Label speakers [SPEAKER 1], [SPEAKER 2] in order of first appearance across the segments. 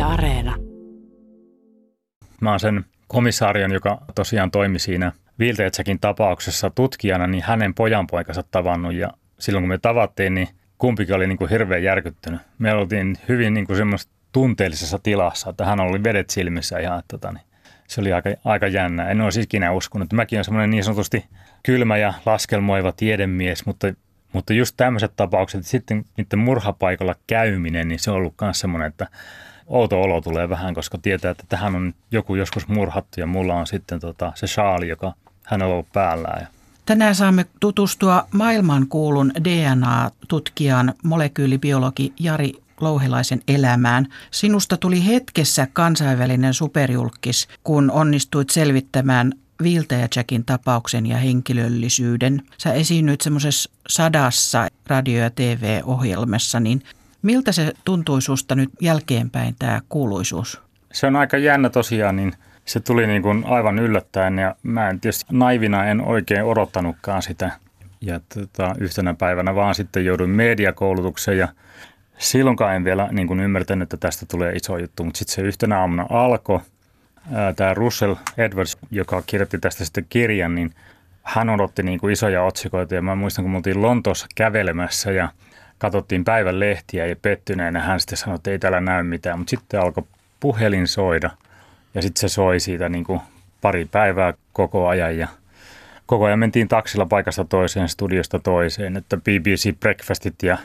[SPEAKER 1] Areena.
[SPEAKER 2] Mä oon sen komissaarion, joka tosiaan toimi siinä Wiltejätsäkin tapauksessa tutkijana, niin hänen pojanpoikansa tavannut. Ja silloin kun me tavattiin, niin kumpikin oli niin kuin hirveän järkyttynyt. Me oltiin hyvin niin kuin semmoisessa tunteellisessa tilassa, että hän oli vedet silmissä ihan, että se oli aika jännää. En olisi ikinä uskonut. Mäkin olen semmoinen niin sanotusti kylmä ja laskelmoiva tiedemies, mutta just tämmöiset tapaukset, sitten niiden murhapaikalla käyminen, niin se on ollut myös semmoinen, että outo olo tulee vähän, koska tietää, että tähän on joku joskus murhattu ja mulla on sitten se shaali, joka hänellä on ollut päällään.
[SPEAKER 3] Tänään saamme tutustua maailmankuulun DNA-tutkijan, molekyylibiologi Jari Louhelaisen elämään. Sinusta tuli hetkessä kansainvälinen superjulkis, kun onnistuit selvittämään Wiltejätsäkin tapauksen ja henkilöllisyyden. Sä esiinnyit semmoisessa 100 radio- ja TV-ohjelmassa, niin miltä se tuntui susta nyt jälkeenpäin tämä kuuluisuus?
[SPEAKER 2] Se on aika jännä tosiaan, niin se tuli niin kuin aivan yllättäen ja mä en tietysti naivina en oikein odottanutkaan sitä. Ja yhtenä päivänä vaan sitten jouduin mediakoulutukseen ja silloinkaan en vielä niin kuin ymmärtänyt, että tästä tulee iso juttu, mutta sitten se yhtenä aamuna alkoi. Tämä Russell Edwards, joka kirjoitti tästä sitten kirjan, niin hän odotti niin kuin isoja otsikoita ja mä muistan, kun me oltiin Lontoossa kävelemässä ja katsottiin päivän lehtiä ja pettyneenä hän sitten sanoi, että ei täällä näy mitään, mutta sitten alkoi puhelin soida ja sitten se soi siitä niin kuin pari päivää koko ajan ja koko ajan mentiin taksilla paikasta toiseen, studiosta toiseen, että BBC Breakfastit ja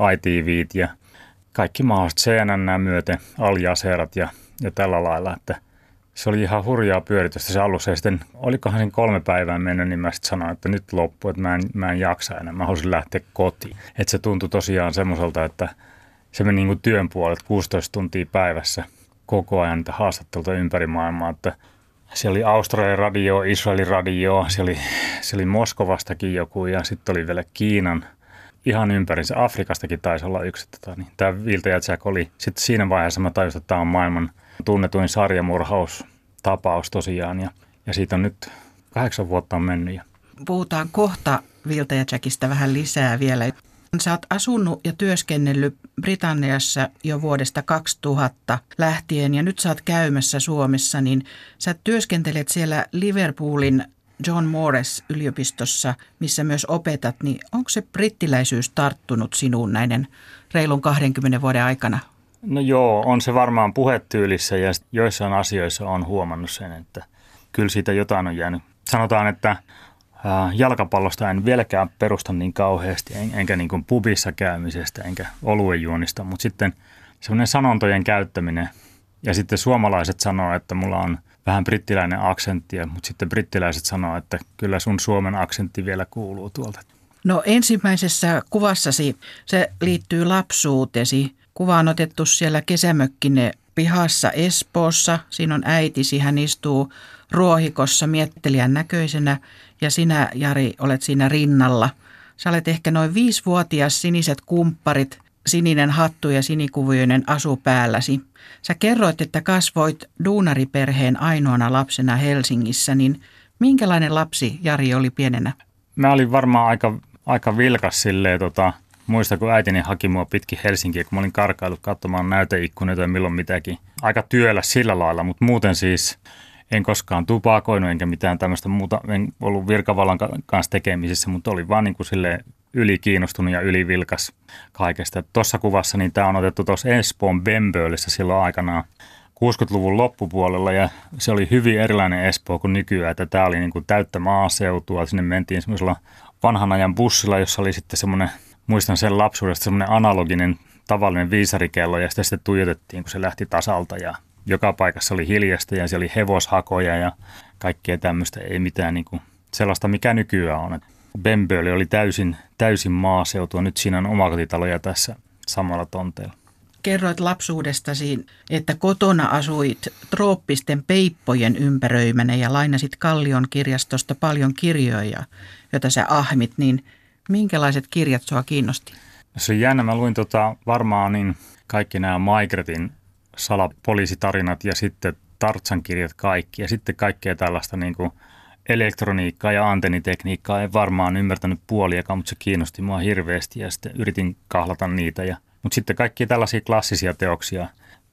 [SPEAKER 2] ITVt ja kaikki mahdolliset CNN myöten, Al Jazeerat ja tällä lailla, että se oli ihan hurjaa pyöritystä se alussa ja sitten olikohan sen 3 päivää mennyt, niin mä sitten sanoin, että nyt loppu, että mä en jaksa enää, mä haluaisin lähteä kotiin. Että se tuntui tosiaan semmoiselta, että se meni niin kuin työn puolet 16 tuntia päivässä koko ajan niitä haastatteluita ympäri maailmaa, että siellä oli Australian radio, Israelin radio, se oli Moskovastakin joku ja sitten oli vielä Kiinan ihan ympärinsä. Afrikastakin taisi olla yksi. Tämä Wiltejätsäk oli sitten siinä vaiheessa mä tajusin, että tämä on maailman tunnetuin sarjamurhaustapaus tosiaan ja siitä on nyt 8 vuotta on mennyt.
[SPEAKER 3] Puhutaan kohta Wiltejätsäkistä vähän lisää vielä. Sä oot asunut ja työskennellyt Britanniassa jo vuodesta 2000 lähtien ja nyt sä oot käymässä Suomessa, niin sä työskentelet siellä Liverpoolin John Moores yliopistossa, missä myös opetat, niin onko se brittiläisyys tarttunut sinuun näiden reilun 20 vuoden aikana?
[SPEAKER 2] No joo, on se varmaan puhetyylissä ja joissain asioissa on huomannut sen, että kyllä siitä jotain on jäänyt. Sanotaan, että jalkapallosta en vieläkään perusta niin kauheasti, enkä niin kuin pubissa käymisestä, enkä oluen juonista, mutta sitten semmoinen sanontojen käyttäminen ja sitten suomalaiset sanoo, että mulla on vähän brittiläinen aksentti, mutta sitten brittiläiset sanoo, että kyllä sun Suomen aksentti vielä kuuluu tuolta.
[SPEAKER 3] No ensimmäisessä kuvassasi se liittyy lapsuutesi. Kuva on otettu siellä kesämökkine pihassa Espoossa. Siinä on äitisi, hän istuu ruohikossa miettelijän näköisenä ja sinä, Jari, olet siinä rinnalla. Sä olet ehkä noin 5-vuotias, siniset kumpparit, sininen hattu ja sinikuvioinen asu päälläsi. Sä kerroit, että kasvoit duunariperheen ainoana lapsena Helsingissä, niin minkälainen lapsi Jari oli pienenä?
[SPEAKER 2] Mä olin varmaan aika vilkas silleen, muista kun äitini haki mua pitkin Helsinkiä, kun mä olin karkaillut katsomaan näyteikkunoita ja milloin mitäkin. Aika työllä sillä lailla, mutta muuten siis en koskaan tupakoinut enkä mitään tämmöistä muuta. En ollut virkavallan kanssa tekemisissä, mutta oli vaan niin kuin silleen ylikiinnostunut ja ylivilkas kaikesta. Tuossa kuvassa niin tämä on otettu tuossa Espoon Bembölissä silloin aikanaan 60-luvun loppupuolella ja se oli hyvin erilainen Espoo kuin nykyään. Että tämä oli niin kuin täyttä maaseutua. Sinne mentiin semmoisella vanhan ajan bussilla, jossa oli sitten semmoinen, muistan sen lapsuudesta, semmoinen analoginen tavallinen viisarikello ja sitä sitten tuijotettiin, kun se lähti tasalta ja joka paikassa oli hiljasta ja siellä oli hevoshakoja ja kaikkea tämmöistä, ei mitään niin kuin sellaista, mikä nykyään on. Bemböli oli täysin maaseutua, nyt siinä on omakotitaloja tässä samalla tonteella.
[SPEAKER 3] Kerroit lapsuudestasi, että kotona asuit trooppisten peippojen ympäröimänä ja lainasit Kallion kirjastosta paljon kirjoja, joita sä ahmit, niin minkälaiset kirjat sua kiinnosti?
[SPEAKER 2] Se on jännä, mä luin varmaan niin kaikki nämä Maigretin salapoliisitarinat ja sitten Tartsan kirjat kaikki ja sitten kaikkea tällaista niin kuin elektroniikkaa ja antennitekniikkaa. En varmaan ymmärtänyt puoliakaan, mutta se kiinnosti mua hirveästi ja sitten yritin kahlata niitä. Mutta sitten kaikkia tällaisia klassisia teoksia,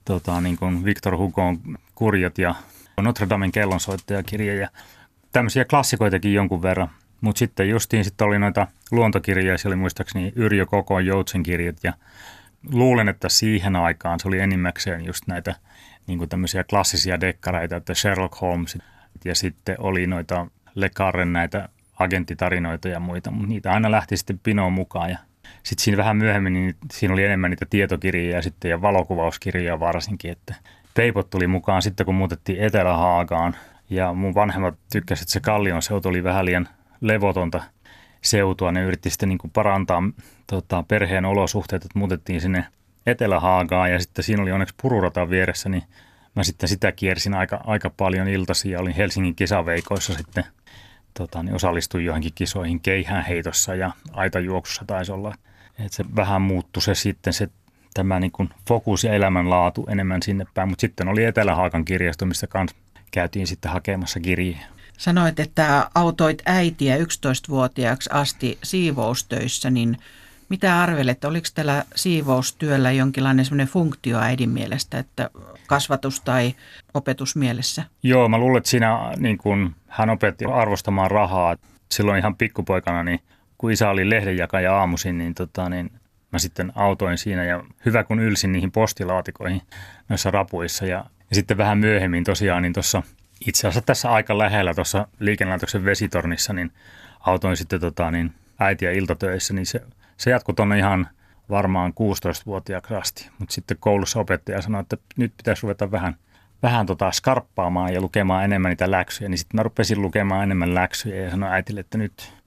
[SPEAKER 2] niin kuin Victor Hugon Kurjat ja Notre Damen kellonsoittajakirja ja tämmöisiä klassikoitakin jonkun verran. Mutta sitten justiin oli noita luontokirjoja, se oli muistaakseni Yrjö Kokon Joutsenkirjat ja luulen, että siihen aikaan se oli enimmäkseen just näitä niin kuin tämmöisiä klassisia dekkareita, että Sherlock Holmes ja sitten oli noita Le Carren näitä agenttitarinoita ja muita, mutta niitä aina lähti sitten pinoon mukaan ja sitten siinä vähän myöhemmin niin siinä oli enemmän niitä tietokirjoja ja sitten ja valokuvauskirjoja varsinkin, että Peipot tuli mukaan sitten kun muutettiin Etelä-Haagaan ja mun vanhemmat tykkäsivät, että se Kallion seutu oli vähän liian levotonta seutua. Ne yritti sitten niin kuin parantaa perheen olosuhteet, että muutettiin sinne Etelä-Haagaan ja sitten siinä oli onneksi pururata vieressä, niin mä sitten sitä kiersin aika paljon iltaisin ja olin Helsingin kisaveikoissa sitten, niin osallistuin johonkin kisoihin keihäänheitossa ja aitajuoksussa taisi olla. Että se vähän muuttui se sitten tämä niin kuin fokus ja elämänlaatu enemmän sinne päin, mutta sitten oli Etelä-Haagan kirjasto, missä kanssa käytiin sitten hakemassa kirjeen.
[SPEAKER 3] Sanoit, että autoit äitiä 11-vuotiaaksi asti siivoustöissä, niin mitä arvelet, oliko tällä siivoustyöllä jonkinlainen semmoinen funktio äidin mielestä, että kasvatus- tai opetusmielessä?
[SPEAKER 2] Joo, mä luulen, että siinä niin kun hän opetti arvostamaan rahaa. Silloin ihan pikkupoikana, niin kun isä oli lehdenjakaja aamuisin, niin mä sitten autoin siinä ja hyvä kun ylsin niihin postilaatikoihin noissa rapuissa. Ja sitten vähän myöhemmin tosiaan, niin tuossa itse asiassa tässä aika lähellä tuossa liikennelaitoksen vesitornissa, niin autoin sitten äitiä iltatöissä, niin se jatkui tuonne ihan varmaan 16-vuotiaaksi asti. Mutta sitten koulussa opettaja sanoi, että nyt pitäisi ruveta vähän skarppaamaan ja lukemaan enemmän niitä läksyjä. Niin sitten mä rupesin lukemaan enemmän läksyjä ja sanoin äitille, että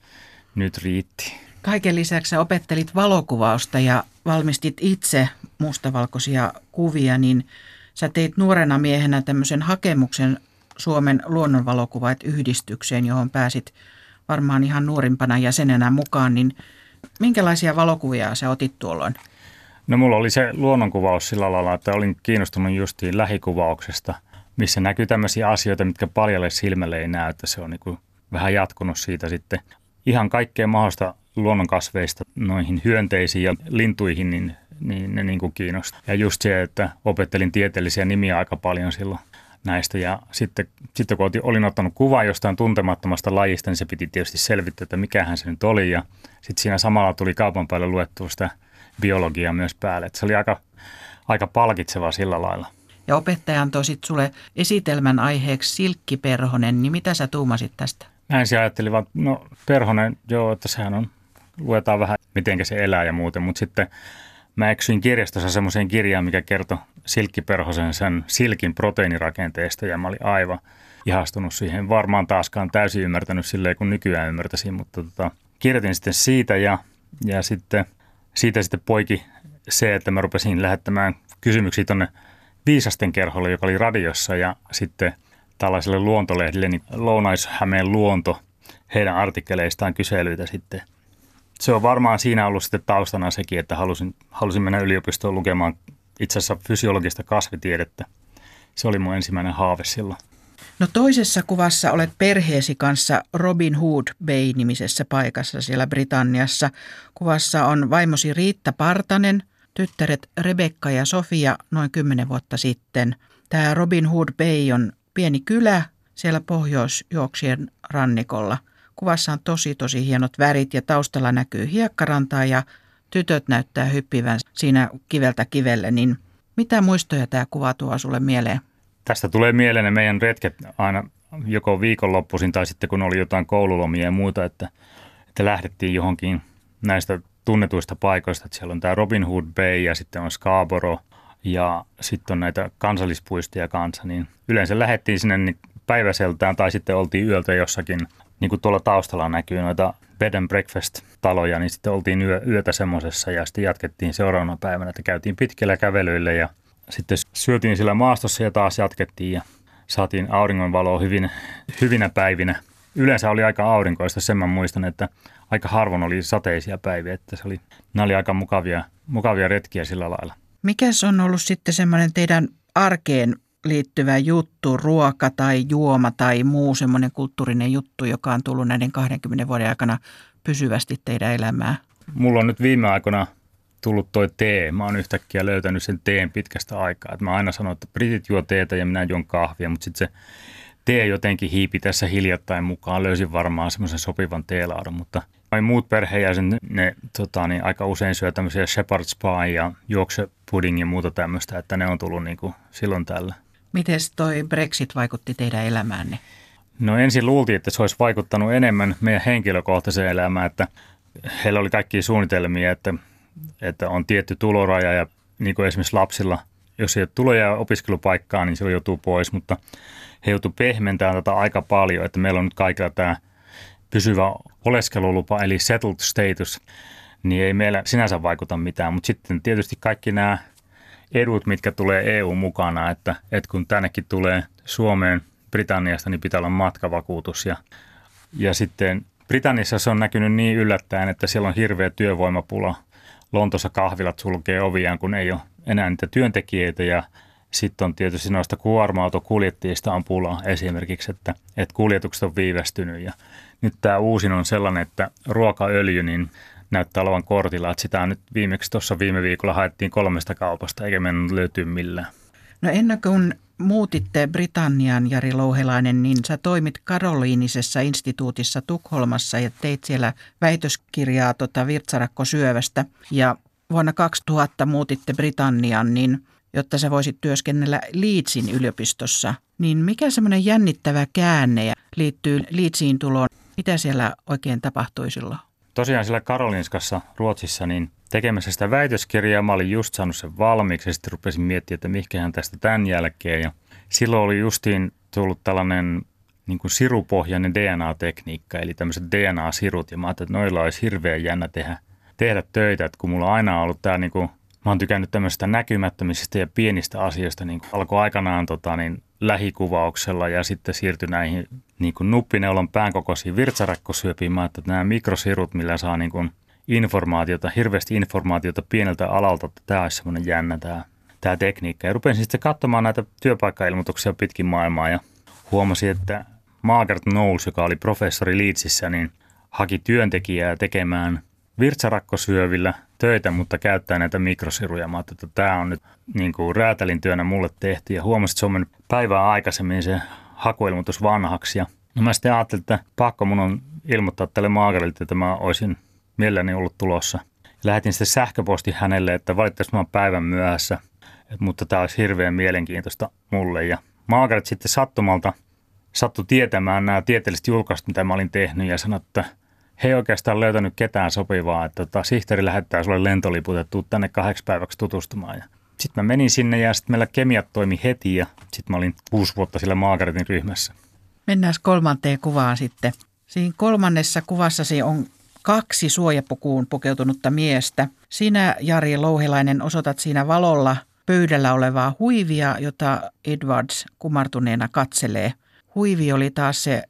[SPEAKER 2] nyt riitti.
[SPEAKER 3] Kaiken lisäksi opettelit valokuvausta ja valmistit itse mustavalkoisia kuvia, niin sä teit nuorena miehenä tämmöisen hakemuksen Suomen luonnonvalokuvait-yhdistykseen, johon pääsit varmaan ihan nuorimpana jäsenenä mukaan, niin minkälaisia valokuvia sä otit tuolloin?
[SPEAKER 2] No mulla oli se luonnonkuvaus sillä lailla, että olin kiinnostunut justiin lähikuvauksesta, missä näkyy tämmöisiä asioita, mitkä paljalle silmälle ei näy, että se on niin kuin vähän jatkunut siitä sitten. Ihan kaikkea mahdollista luonnonkasveista noihin hyönteisiin ja lintuihin, niin ne niin kuin kiinnostaa. Ja just se, että opettelin tieteellisiä nimiä aika paljon silloin näistä. Ja sitten kun olin ottanut kuvan jostain tuntemattomasta lajista, niin se piti tietysti selvittää, että mikähän se nyt oli. Ja sitten siinä samalla tuli kaupan päälle luettua sitä biologiaa myös päälle. Että se oli aika palkitsevaa sillä lailla.
[SPEAKER 3] Ja opettaja antoi sitten sulle esitelmän aiheeksi silkkiperhonen, niin mitä sä tuumasit tästä?
[SPEAKER 2] Näin se ajattelin, vaan no perhonen, joo, että sehän on, luetaan vähän mitenkä se elää ja muuten, mutta sitten mä eksyin kirjastossa semmoiseen kirjaan, mikä kertoi silkkiperhosen sen silkin proteiinirakenteesta ja mä olin aivan ihastunut siihen. Varmaan taaskaan täysin ymmärtänyt silleen, kun nykyään ymmärtäisin, mutta kirjoitin sitten siitä ja sitten siitä sitten poiki se, että mä rupesin lähettämään kysymyksiä tuonne Viisasten kerholle, joka oli radiossa ja sitten tällaiselle luontolehdille, niin Lounais-Hämeen luonto, heidän artikkeleistaan kyselyitä sitten. Se on varmaan siinä ollut sitten taustana sekin, että halusin mennä yliopistoon lukemaan itse asiassa fysiologista kasvitiedettä. Se oli mun ensimmäinen haave silloin.
[SPEAKER 3] No toisessa kuvassa olet perheesi kanssa Robin Hood Bay-nimisessä paikassa siellä Britanniassa. Kuvassa on vaimosi Riitta Partanen, tyttäret Rebekka ja Sofia noin 10 vuotta sitten. Tämä Robin Hood Bay on pieni kylä siellä Pohjois-Yorkshiren rannikolla. Kuvassa on tosi hienot värit ja taustalla näkyy hiekkarantaa ja tytöt näyttää hyppivän siinä kiveltä kivelle. Niin mitä muistoja tämä kuva tuo sulle mieleen?
[SPEAKER 2] Tästä tulee mieleen ne meidän retket aina joko viikonloppuisin tai sitten kun oli jotain koululomia ja muuta, että lähdettiin johonkin näistä tunnetuista paikoista. Että siellä on tämä Robin Hood Bay ja sitten on Scarborough ja sitten on näitä kansallispuistoja kanssa. Niin yleensä lähdettiin sinne niin päiväseltään tai sitten oltiin yöltä jossakin. Niin kuin tuolla taustalla näkyy noita bed and breakfast-taloja, niin sitten oltiin yötä semmoisessa ja sitten jatkettiin seuraavana päivänä, että käytiin pitkillä kävelyillä ja sitten syötiin sillä maastossa ja taas jatkettiin ja saatiin auringonvaloa hyvinä päivinä. Yleensä oli aika aurinkoista, sen mä muistan, että aika harvoin oli sateisia päiviä, että nämä oli aika mukavia retkiä sillä lailla.
[SPEAKER 3] Mikäs on ollut sitten semmoinen teidän arkeen liittyvä juttu, ruoka tai juoma tai muu semmoinen kulttuurinen juttu, joka on tullut näiden 20 vuoden aikana pysyvästi teidän elämää?
[SPEAKER 2] Mulla on nyt viime aikoina tullut toi tee. Mä oon yhtäkkiä löytänyt sen teen pitkästä aikaa. Et mä aina sanon, että britit juo teetä ja minä juon kahvia, mutta sitten se tee jotenkin hiipi tässä hiljattain mukaan. Löysin varmaan semmoisen sopivan teelaadan, mutta muut perheenjäsenet, ne aika usein syö tämmöisiä shepherd's pie ja Yorkshire pudding ja muuta tämmöistä, että ne on tullut niin kuin silloin tällä.
[SPEAKER 3] Miten toi Brexit vaikutti teidän elämäänne?
[SPEAKER 2] No ensin luultiin, että se olisi vaikuttanut enemmän meidän henkilökohtaiseen elämään, että heillä oli kaikkia suunnitelmia, että on tietty tuloraja ja niin kuin esimerkiksi lapsilla, jos ei ole tuloja ja opiskelupaikkaa, niin se joutuu pois, mutta he joutuivat pehmentämään tätä aika paljon, että meillä on nyt kaikilla tämä pysyvä oleskelulupa eli settled status, niin ei meillä sinänsä vaikuta mitään, mutta sitten tietysti kaikki nämä edut, mitkä tulee EU mukana, että kun tännekin tulee Suomeen Britanniasta, niin pitää olla matkavakuutus ja sitten Britanniassa se on näkynyt niin yllättäen, että siellä on hirveä työvoimapula. Lontoossa kahvilat sulkee oviaan, kun ei ole enää niitä työntekijöitä ja sitten on tietysti noista kuorma-autokuljettajista on pula esimerkiksi, että kuljetukset on viivästynyt ja nyt tämä uusin on sellainen, että ruokaöljy niin näyttää olevan kortilla, että sitä nyt viimeksi tuossa viime viikolla haettiin 3 kaupasta eikä mennyt löytyy millään.
[SPEAKER 3] No ennen kuin muutitte Britanniaan, Jari Louhelainen, niin sä toimit Karoliinisessa instituutissa Tukholmassa ja teit siellä väitöskirjaa virtsarakkosyövästä. Ja vuonna 2000 muutitte Britanniaan, niin jotta sä voisit työskennellä Leedsin yliopistossa. Niin mikä semmoinen jännittävä käänne liittyy Leedsiin tuloon? Mitä siellä oikein tapahtui silloin?
[SPEAKER 2] Tosiaan siellä Karolinskassa Ruotsissa niin tekemässä sitä väitöskirjaa. Mä olin just saanut sen valmiiksi ja sitten rupesin miettimään, että mihinkähän tästä tämän jälkeen. Ja silloin oli justiin tullut tällainen niin kuin sirupohjainen DNA-tekniikka, eli tämmöiset DNA-sirut. Ja mä ajattelin, että noilla olisi hirveän jännä tehdä töitä, että kun mulla on aina ollut tämä, niin kuin, mä oon tykännyt tämmöistä näkymättömistä ja pienistä asioista, niin alkoi aikanaan lähikuvauksella ja sitten siirtyi näihin niin kuin nuppineulon päänkokoisiin virtsarakkosyöpiin. Mä ajattelin, että nämä mikrosirut, millä saa niin kuin hirveästi informaatiota pieneltä alalta, että tämä olisi semmoinen jännä tämä tekniikka. Ja rupesin sitten katsomaan näitä työpaikkailmoituksia pitkin maailmaa ja huomasin, että Margaret Knowles, joka oli professori Leedsissä, niin haki työntekijää tekemään virtsarakkosyövillä töitä, mutta käyttää näitä mikrosiruja. Mä ajattelin, että tämä on nyt niin kuin räätälin työnä mulle tehty ja huomasin, että se on mennyt päivää aikaisemmin se hakuilmoitus vanhaksi. Ja mä sitten ajattelin, että pakko mun on ilmoittaa tälle Margaretille, että mä olisin mielelläni ollut tulossa. Lähetin sitten sähköposti hänelle, että valitettavasti mä oon päivän myöhässä, mutta tämä olisi hirveän mielenkiintoista mulle. Ja Margaret sitten sattumalta sattui tietämään nämä tieteelliset julkaisut, mitä mä olin tehnyt ja sanoi, että he ei oikeastaan löytänyt ketään sopivaa, että sihteeri lähettää sulle lentoliput, että tuu tänne 8 päiväksi tutustumaan. Ja sitten mä menin sinne ja sitten meillä kemiat toimi heti ja sitten mä olin 6 vuotta siellä Margaretin ryhmässä.
[SPEAKER 3] Mennään 3. kuvaan sitten. Siinä 3. kuvassasi on 2 suojapukuun pukeutunutta miestä. Sinä, Jari Louhelainen, osoitat siinä valolla pöydällä olevaa huivia, jota Edwards kumartuneena katselee. Huivi oli taas se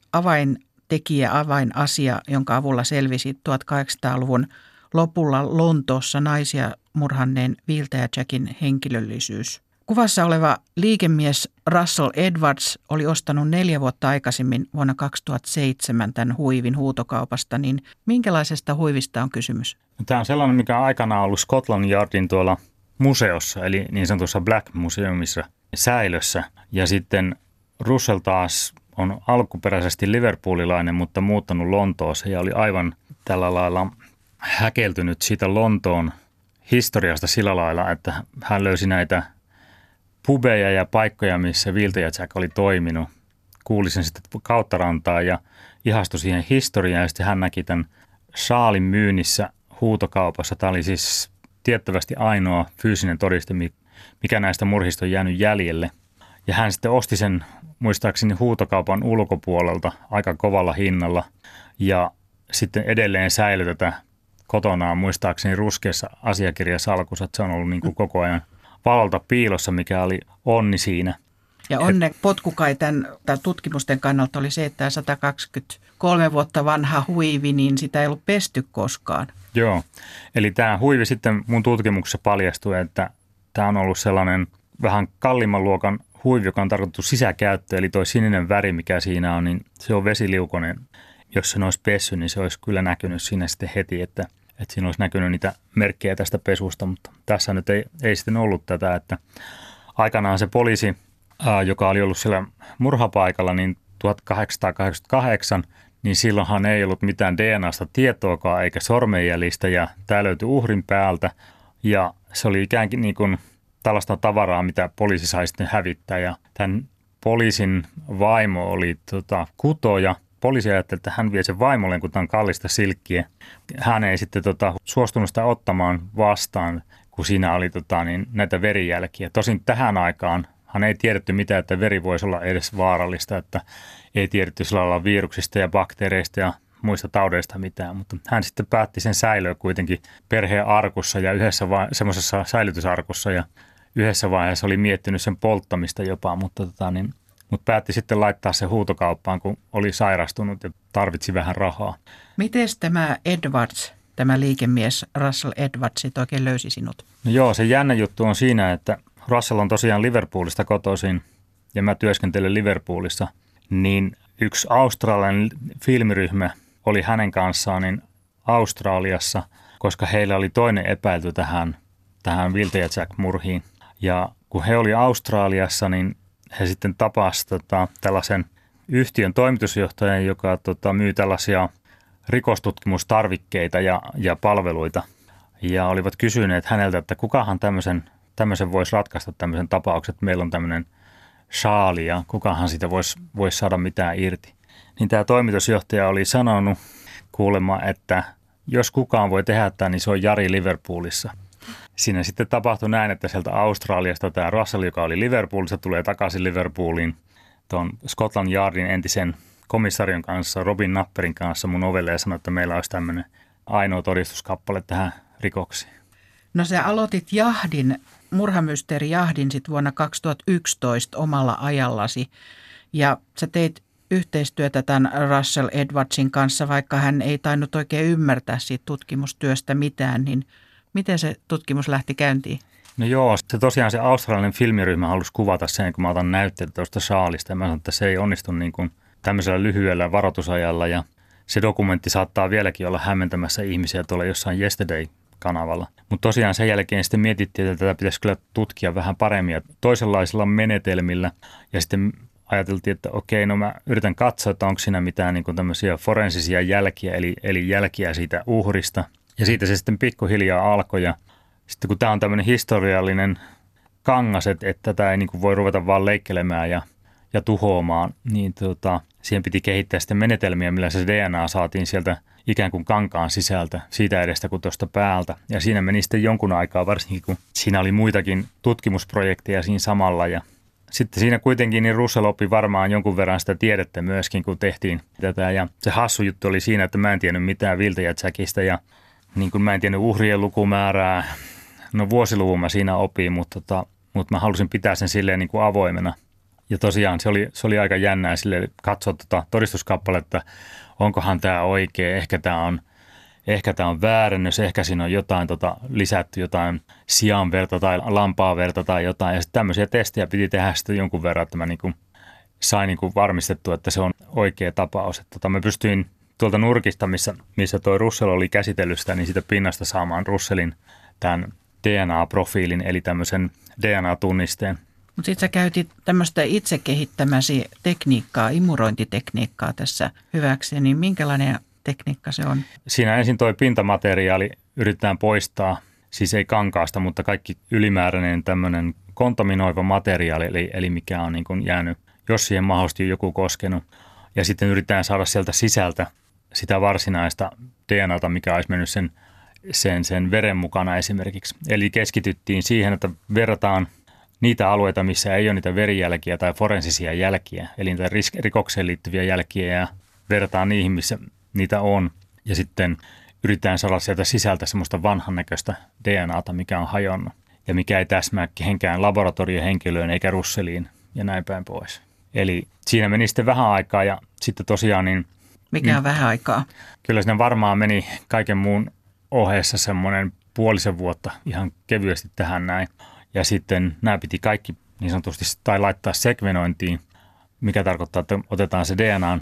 [SPEAKER 3] avainasia, jonka avulla selvisi 1800-luvun lopulla Lontoossa naisia murhanneen viiltäjä Jackin henkilöllisyys. Kuvassa oleva liikemies Russell Edwards oli ostanut 4 vuotta aikaisemmin vuonna 2007 tämän huivin huutokaupasta, niin minkälaisesta huivista on kysymys?
[SPEAKER 2] Tämä on sellainen, mikä on aikanaan ollut Scotland Yardin tuolla museossa, eli niin sanotussa Black Museumissa säilössä. Ja sitten Russell taas on alkuperäisesti liverpoolilainen, mutta muuttanut Lontooseen ja oli aivan tällä lailla häkeltynyt siitä Lontoon historiasta sillä lailla, että hän löysi näitä pubeja ja paikkoja, missä viiltäjä Jack oli toiminut. Kuuli sen sitten kautta rantaa ja ihastui siihen historiaan ja sitten hän näki tämän saalin myynnissä huutokaupassa. Tämä oli siis tiettävästi ainoa fyysinen todiste, mikä näistä murhista on jäänyt jäljelle. Ja hän sitten osti sen muistaakseni huutokaupan ulkopuolelta aika kovalla hinnalla ja sitten edelleen säilytetään kotonaan muistaakseni ruskeassa asiakirjasalkussa, että se on ollut niin kuin koko ajan valolta piilossa, mikä oli onni siinä.
[SPEAKER 3] Ja onne potku kai tämän tutkimusten kannalta oli se, että 123 vuotta vanha huivi, niin sitä ei ollut pesty koskaan.
[SPEAKER 2] Joo, eli tämä huivi sitten mun tutkimuksessa paljastui, että tämä on ollut sellainen vähän kalliimman luokan huivi, joka on tarkoitettu sisäkäyttöön, eli toi sininen väri, mikä siinä on, niin se on vesiliukoinen. Jos se olisi pessy, niin se olisi kyllä näkynyt siinä sitten heti, että että siinä olisi näkynyt niitä merkkejä tästä pesusta, mutta tässä nyt ei sitten ollut tätä, että aikanaan se poliisi, joka oli ollut siellä murhapaikalla, niin 1888, niin silloinhan ei ollut mitään DNAsta tietoakaan eikä sormenjäljistä ja tämä löytyi uhrin päältä ja se oli ikäänkin niin kuin tällaista tavaraa, mitä poliisi sai sitten hävittää ja tämän poliisin vaimo oli kutoja. Poliisi ajatteli, että hän vie sen vaimolle, kun tämä on kallista silkkiä. Hän ei sitten suostunut sitä ottamaan vastaan, kun siinä oli näitä verijälkiä. Tosin tähän aikaan hän ei tiedetty mitään, että veri voisi olla edes vaarallista, että ei tiedetty sillä lailla viruksista ja bakteereista ja muista taudeista mitään, mutta hän sitten päätti sen säilöä kuitenkin perheen arkussa ja semmoisessa säilytysarkussa ja yhdessä vaiheessa oli miettinyt sen polttamista jopa, mutta päätti sitten laittaa se huutokauppaan, kun oli sairastunut ja tarvitsi vähän rahaa.
[SPEAKER 3] Miten tämä Edwards, tämä liikemies Russell Edwards, oikein löysi sinut?
[SPEAKER 2] No joo, se jännä juttu on siinä, että Russell on tosiaan Liverpoolista kotoisin ja mä työskentelen Liverpoolissa, niin yksi australialainen filmiryhmä oli hänen kanssaan niin Australiassa, koska heillä oli toinen epäilty tähän Wiltä ja Jack-murhiin. Ja kun he oli Australiassa, niin he sitten tapasivat tällaisen yhtiön toimitusjohtajan, joka myy tällaisia rikostutkimustarvikkeita ja palveluita. Ja olivat kysyneet häneltä, että kukahan tämmöisen voisi ratkaista tämmöisen tapauksen, että meillä on tämmöinen shaali ja kukahan siitä voisi saada mitään irti. Niin tämä toimitusjohtaja oli sanonut kuulemma, että jos kukaan voi tehdä tämän, niin se on Jari Liverpoolissa. Siinä sitten tapahtui näin, että sieltä Australiasta tämä Russell, joka oli Liverpoolissa, tulee takaisin Liverpooliin tuon Scotland Yardin entisen komissarion kanssa, Robin Napperin kanssa mun ovelle ja sanoi, että meillä olisi tämmöinen ainoa todistuskappale tähän rikoksiin.
[SPEAKER 3] No sä aloitit murhamysteerijahdin sit vuonna 2011 omalla ajallasi ja sä teit yhteistyötä tämän Russell Edwardsin kanssa, vaikka hän ei tainnut oikein ymmärtää siitä tutkimustyöstä mitään, niin miten se tutkimus lähti käyntiin?
[SPEAKER 2] No joo, se australialainen filmiryhmä halusi kuvata sen, kun mä otan näytteitä tuosta shaalista. Ja mä sanoin, että se ei onnistu niin kuin tämmöisellä lyhyellä varoitusajalla ja se dokumentti saattaa vieläkin olla hämmentämässä ihmisiä tuolla jossain Yesterday-kanavalla. Mutta tosiaan sen jälkeen sitten mietittiin, että tätä pitäisi kyllä tutkia vähän paremmin ja toisenlaisilla menetelmillä. Ja sitten ajateltiin, että okei, no mä yritän katsoa, että onko siinä mitään niin kuin tämmöisiä forensisia jälkiä, eli jälkiä siitä uhrista. Ja siitä se sitten pikkuhiljaa alkoi ja sitten kun tämä on tämmöinen historiallinen kangas, että tätä ei niin kuin voi ruveta vaan leikkelemään ja tuhoamaan, niin siihen piti kehittää sitten menetelmiä, millä se DNA saatiin sieltä ikään kuin kankaan sisältä, siitä edestä kuin tuosta päältä. Ja siinä meni sitten jonkun aikaa, varsinkin kun siinä oli muitakin tutkimusprojekteja siinä samalla. Ja sitten siinä kuitenkin niin Russell oppi varmaan jonkun verran sitä tiedettä myöskin, kun tehtiin tätä. Ja se hassu juttu oli siinä, että mä en tiennyt mitään Wiltä ja Jackista ja niin kuin mä en tiennyt uhrien lukumäärää. No vuosiluvun mä siinä opin, mutta mä halusin pitää sen silleen niin kuin avoimena. Ja tosiaan se oli aika jännää silleen katsoa todistuskappaletta, onkohan tämä oikea, ehkä tämä on väärennös, ehkä siinä on jotain lisätty jotain sianverta tai lampaaverta tai jotain. Ja sitten tämmöisiä testejä piti tehdä sitten jonkun verran, että mä niin kuin sain niin kuin varmistettua, että se on oikea tapaus. Että mä pystyin tuolta nurkista, missä toi Russell oli käsitellyt sitä, niin siitä pinnasta saamaan Russellin tämän DNA-profiilin, eli tämmöisen DNA-tunnisteen.
[SPEAKER 3] Mutta sitten sä käytit tämmöistä itse kehittämäsi tekniikkaa, imurointitekniikkaa tässä hyväksi, niin minkälainen tekniikka se on?
[SPEAKER 2] Siinä ensin toi pintamateriaali yritetään poistaa, siis ei kankaasta, mutta kaikki ylimääräinen tämmöinen kontaminoiva materiaali, eli mikä on niin kuin jäänyt, jos siihen mahdollisesti joku koskenut. Ja sitten yritetään saada sieltä sisältä sitä varsinaista DNAta, mikä olisi mennyt sen veren mukana esimerkiksi. Eli keskityttiin siihen, että verrataan niitä alueita, missä ei ole niitä verijälkiä tai forensisia jälkiä, eli niitä rikokseen liittyviä jälkiä ja verrataan niihin, missä niitä on. Ja sitten yritetään saada sieltä sisältä semmoista vanhan näköistä DNAta, mikä on hajonnut ja mikä ei täsmää kehenkään laboratoriohenkilöön eikä Russelliin ja näin päin pois. Eli siinä meni sitten vähän aikaa ja sitten tosiaan niin...
[SPEAKER 3] Mikä on vähän aikaa?
[SPEAKER 2] Kyllä siinä varmaan meni kaiken muun ohessa semmoinen puolisen vuotta ihan kevyesti tähän näin. Ja sitten nämä piti kaikki niin sanotusti tai laittaa sekvenointiin, mikä tarkoittaa, että otetaan se DNAn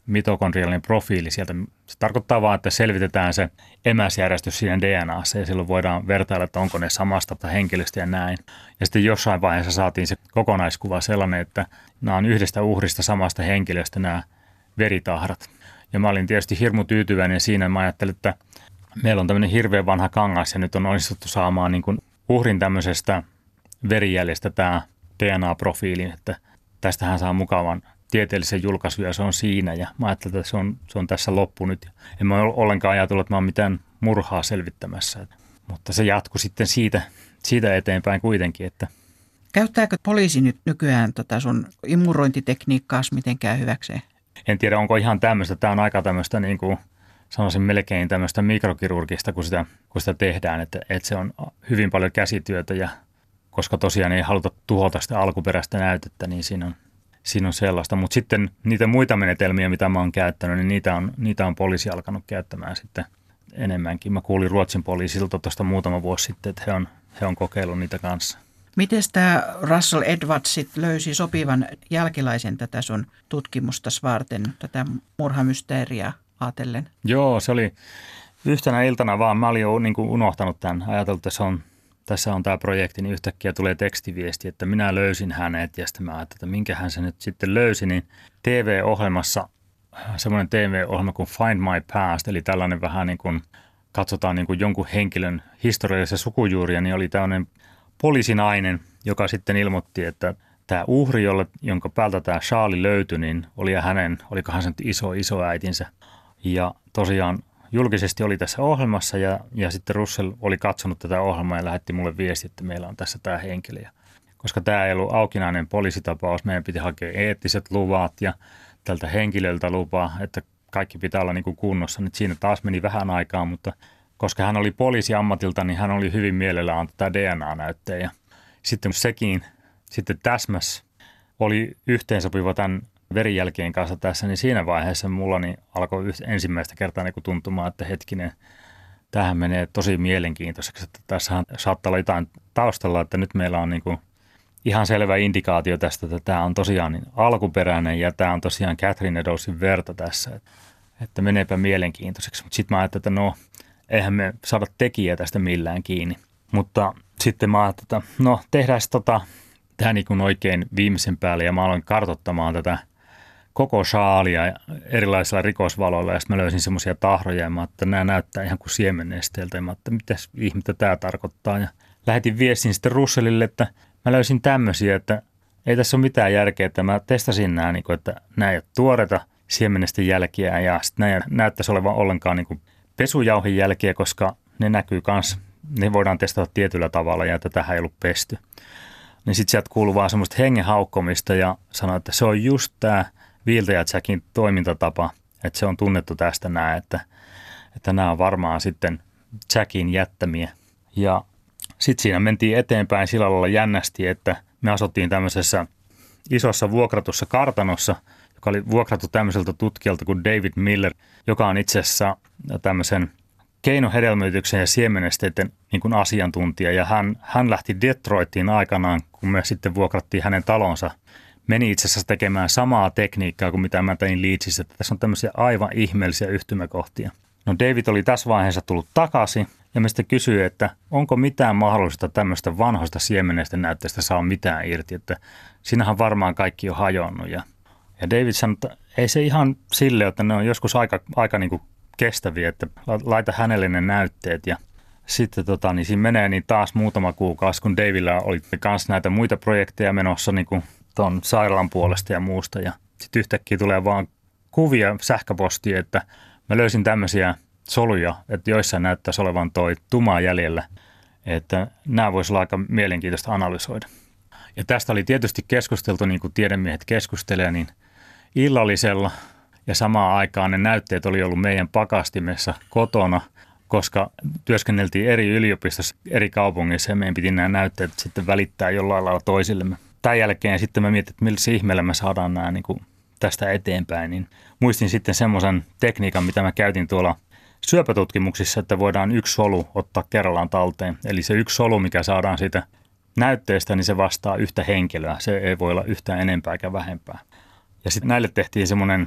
[SPEAKER 2] mitokondriaalinen profiili sieltä. Se tarkoittaa vaan, että selvitetään se emäsjärjestys siinä DNAssa ja silloin voidaan vertailla, että onko ne samasta henkilöstä ja näin. Ja sitten jossain vaiheessa saatiin se kokonaiskuva sellainen, että nämä on yhdestä uhrista samasta henkilöstä nämä veritahrat. Ja mä olin tietysti hirmu tyytyväinen siinä. Mä ajattelin, että meillä on tämmöinen hirveän vanha kangas ja nyt on onnistuttu saamaan niin kuin uhrin tämmöisestä verijäljestä tämä DNA-profiili, että tästähän saa mukavan tieteellisen julkaisun ja se on siinä. Ja mä ajattelin, että se on tässä loppu nyt. En mä ollenkaan ajatellut, että mä oon mitään murhaa selvittämässä. Mutta se jatkui sitten siitä eteenpäin kuitenkin. Että
[SPEAKER 3] Käyttääkö poliisi nyt nykyään sun imurointitekniikkaas mitenkään hyväkseen?
[SPEAKER 2] En tiedä, onko ihan tämmöistä. Tämä on aika tämmöistä, niin kuin sanoisin melkein tämmöistä mikrokirurgista, kun sitä tehdään. Että se on hyvin paljon käsityötä ja koska tosiaan ei haluta tuhota sitä alkuperäistä näytettä, niin siinä on sellaista. Mutta sitten niitä muita menetelmiä, mitä mä oon käyttänyt, niin niitä on poliisi alkanut käyttämään sitten enemmänkin. Mä kuulin Ruotsin poliisilta tuosta muutama vuosi sitten, että he on kokeillut niitä kanssa.
[SPEAKER 3] Miten tämä Russell Edwards löysi sopivan jälkiläisen tätä sun tutkimustasi varten, tätä murhamysteeriaa ajatellen?
[SPEAKER 2] Joo, se oli yhtenä iltana vaan. Mä olin jo niin kuin unohtanut tämän. Ajatellut, että tässä on tämä projekti, niin yhtäkkiä tulee tekstiviesti, että minä löysin hänet. Ja sitten mä ajattelin, että minkähän se nyt sitten löysi. Niin TV-ohjelmassa, semmoinen TV-ohjelma kuin Find My Past, eli tällainen vähän niin kuin katsotaan niin kuin jonkun henkilön historiallisia sukujuuria, niin oli tämmöinen poliisinainen, joka sitten ilmoitti, että tämä uhri, jonka päältä tämä Charlie löytyi, niin olikohan se nyt isoäitinsä. Ja tosiaan julkisesti oli tässä ohjelmassa ja sitten Russell oli katsonut tätä ohjelmaa ja lähetti mulle viesti, että meillä on tässä tämä henkilö. Ja koska tämä ei ollut aukinainen poliisitapaus, meidän piti hakea eettiset luvat ja tältä henkilöltä lupaa, että kaikki pitää olla niin kuin kunnossa. Nyt siinä taas meni vähän aikaa, mutta koska hän oli poliisiammatilta, niin hän oli hyvin mielellään antaa tämä DNA-näytteen. Ja sitten sekin sitten täsmäs oli yhteensopiva tämän verijälkeen kanssa tässä, niin siinä vaiheessa mulla niin alkoi ensimmäistä kertaa niin tuntumaan, että hetkinen, tämähän menee tosi mielenkiintoiseksi, että tässähän saattaa olla jotain taustalla, että nyt meillä on niin kuin ihan selvä indikaatio tästä, että tämä on tosiaan niin alkuperäinen ja tämä on tosiaan Catherine Eddowsin verta tässä, että meneepä mielenkiintoiseksi. Mutta sitten mä ajattelin, että no, eihän me saada tekijää tästä millään kiinni. Mutta sitten mä ajattelin, että no tehdään tämä niin kuin oikein viimeisen päälle ja mä aloin kartoittamaan tätä koko shaalia erilaisilla rikosvaloilla ja sitten mä löysin semmoisia tahroja ja mä ajattelin, että nämä näyttää ihan kuin siemennesteeltä ja mä ajattelin, että mitäs ihmettä tämä tarkoittaa ja lähetin viestin sitten Russellille, että mä löysin tämmöisiä, että ei tässä ole mitään järkeä, että mä testasin nämä, niin kuin, että nämä ei ole tuoreta siemenesten jälkiä ja sitten nämä näyttäisi olevan ollenkaan niin kuin pesujauhin jälkiä, koska ne näkyy kanssa, ne voidaan testata tietyllä tavalla ja että tähän ei ollut pesty. Niin sitten sieltä kuuluu vaan semmoista hengenhaukkomista ja sanoi, että se on just tämä viiltäjä Jackin toimintatapa, että se on tunnettu tästä nämä, että nämä on varmaan sitten Jackin jättämiä. Ja sitten siinä mentiin eteenpäin sillä lailla jännästi, että me asuttiin tämmöisessä isossa vuokratussa kartanossa, joka oli vuokrattu tämmöiseltä tutkijalta kuin David Miller, joka on itse asiassa tämmöisen keinohedelmöityksen ja siemenesteiden niin kuin asiantuntija. Ja hän lähti Detroitiin aikanaan, kun me sitten vuokrattiin hänen talonsa. Meni itse asiassa tekemään samaa tekniikkaa kuin mitä mä tein Leedsissä. Tässä on tämmöisiä aivan ihmeellisiä yhtymäkohtia. No David oli tässä vaiheessa tullut takaisin ja me sitten kysyi, että onko mitään mahdollista tämmöistä vanhoista siemenesten näytteestä saa mitään irti. Että siinähän varmaan kaikki on hajonnut. Ja David sanoi, että ei se ihan sille, että ne on joskus aika niin kuin kestäviä, että laita hänelle ne näytteet ja sitten niin siinä menee niin taas muutama kuukausi, kun Davilla oli kanssa näitä muita projekteja menossa niin kuin tuon sairaalan puolesta ja muusta ja sitten yhtäkkiä tulee vaan kuvia sähköpostia, että mä löysin tämmöisiä soluja, että joissain näyttäisi olevan toi tuma jäljellä, että nämä voisi olla aika mielenkiintoista analysoida. Ja tästä oli tietysti keskusteltu, niin kuin tiedemiehet keskustelee, niin illallisella ja samaan aikaan ne näytteet oli ollut meidän pakastimessa kotona, koska työskenneltiin eri yliopistossa, eri kaupungissa ja meidän piti nämä näytteet sitten välittää jollain lailla toisillemme. Tämän jälkeen sitten mä mietin, että millä ihmeellä me saadaan nämä niin kuin tästä eteenpäin, niin muistin sitten semmoisen tekniikan, mitä mä käytin tuolla syöpätutkimuksissa, että voidaan yksi solu ottaa kerrallaan talteen. Eli se yksi solu, mikä saadaan siitä näytteestä, niin se vastaa yhtä henkilöä. Se ei voi olla yhtään enempää eikä vähempää. Ja sitten näille tehtiin semmoinen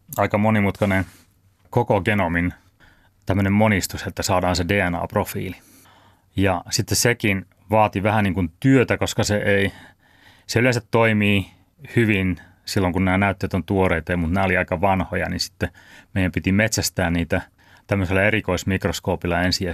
[SPEAKER 2] aika monimutkainen koko genomin tämmöinen monistus, että saadaan se DNA-profiili. Ja sitten sekin vaati vähän niin kuin työtä, koska se yleensä toimii hyvin silloin, kun nämä näytteet on tuoreita, mutta nämä oli aika vanhoja, niin sitten meidän piti metsästää niitä tämmöisellä erikoismikroskoopilla ensin ja